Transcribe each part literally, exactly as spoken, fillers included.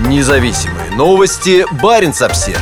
Независимые новости. Баренц-Обсервис.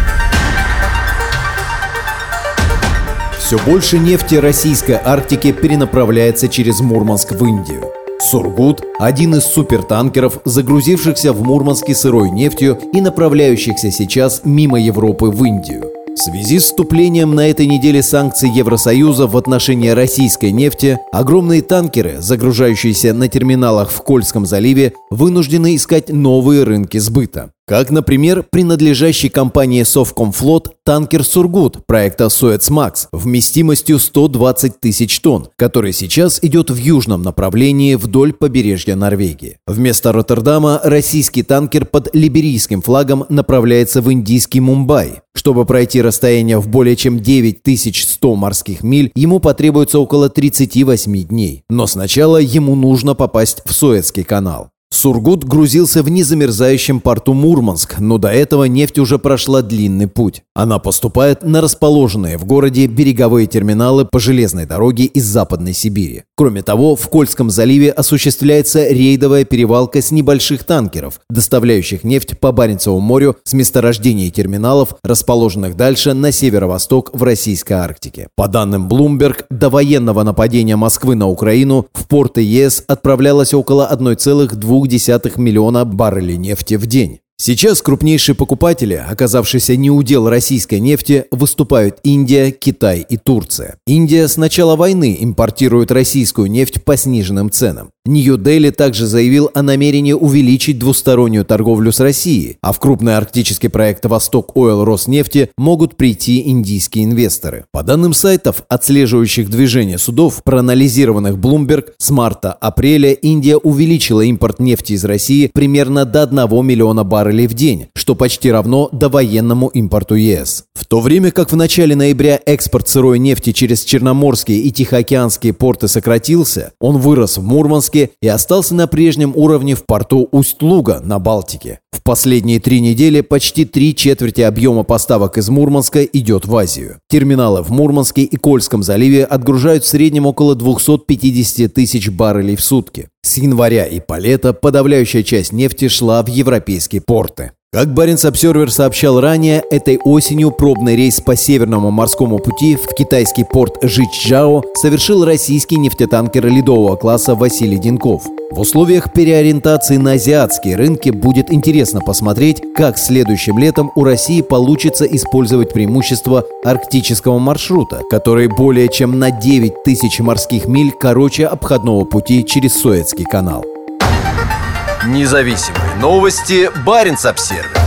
Все больше нефти российской Арктики перенаправляется через Мурманск в Индию. «Сургут» – один из супертанкеров, загрузившихся в Мурманске сырой нефтью и направляющихся сейчас мимо Европы в Индию. В связи с вступлением на этой неделе санкций Евросоюза в отношении российской нефти, огромные танкеры, загружающиеся на терминалах в Кольском заливе, вынуждены искать новые рынки сбыта. Как, например, принадлежащий компании Совкомфлот танкер «Сургут» проекта «Суэцмакс» вместимостью сто двадцать тысяч тонн, который сейчас идет в южном направлении вдоль побережья Норвегии. Вместо Роттердама российский танкер под либерийским флагом направляется в индийский Мумбай. Чтобы пройти расстояние в более чем девять тысяч сто морских миль, ему потребуется около тридцати восьми дней. Но сначала ему нужно попасть в Суэцкий канал. «Сургут» грузился в незамерзающем порту Мурманск, но до этого нефть уже прошла длинный путь. Она поступает на расположенные в городе береговые терминалы по железной дороге из Западной Сибири. Кроме того, в Кольском заливе осуществляется рейдовая перевалка с небольших танкеров, доставляющих нефть по Баренцеву морю с месторождений терминалов, расположенных дальше на северо-восток в российской Арктике. По данным Bloomberg, до военного нападения Москвы на Украину в порты ЕС отправлялось около одной целой двух десятых миллиона баррелей нефти в день. Сейчас крупнейшие покупатели, оказавшиеся неудел российской нефти, выступают Индия, Китай и Турция. Индия с начала войны импортирует российскую нефть по сниженным ценам. Нью-Дели также заявил о намерении увеличить двустороннюю торговлю с Россией, а в крупный арктический проект «Восток Ойл» Роснефти могут прийти индийские инвесторы. По данным сайтов, отслеживающих движение судов, проанализированных Bloomberg, с марта-апреля Индия увеличила импорт нефти из России примерно до одного миллиона баррелей в день, что почти равно довоенному импорту ЕС. В то время как в начале ноября экспорт сырой нефти через черноморские и тихоокеанские порты сократился, он вырос в Мурманске и остался на прежнем уровне в порту Усть-Луга на Балтике. В последние три недели почти три четверти объема поставок из Мурманска идет в Азию. Терминалы в Мурманске и Кольском заливе отгружают в среднем около двухсот пятидесяти тысяч баррелей в сутки. С января и по лето подавляющая часть нефти шла в европейские порты. Как Баренц-Обсервис сообщал ранее, этой осенью пробный рейс по Северному морскому пути в китайский порт Жичжао совершил российский нефтетанкер ледового класса Василий Денков. В условиях переориентации на азиатские рынки будет интересно посмотреть, как следующим летом у России получится использовать преимущество арктического маршрута, который более чем на девять тысяч морских миль короче обходного пути через Суэцкий канал. Независимые новости. Баренц-Обсервис.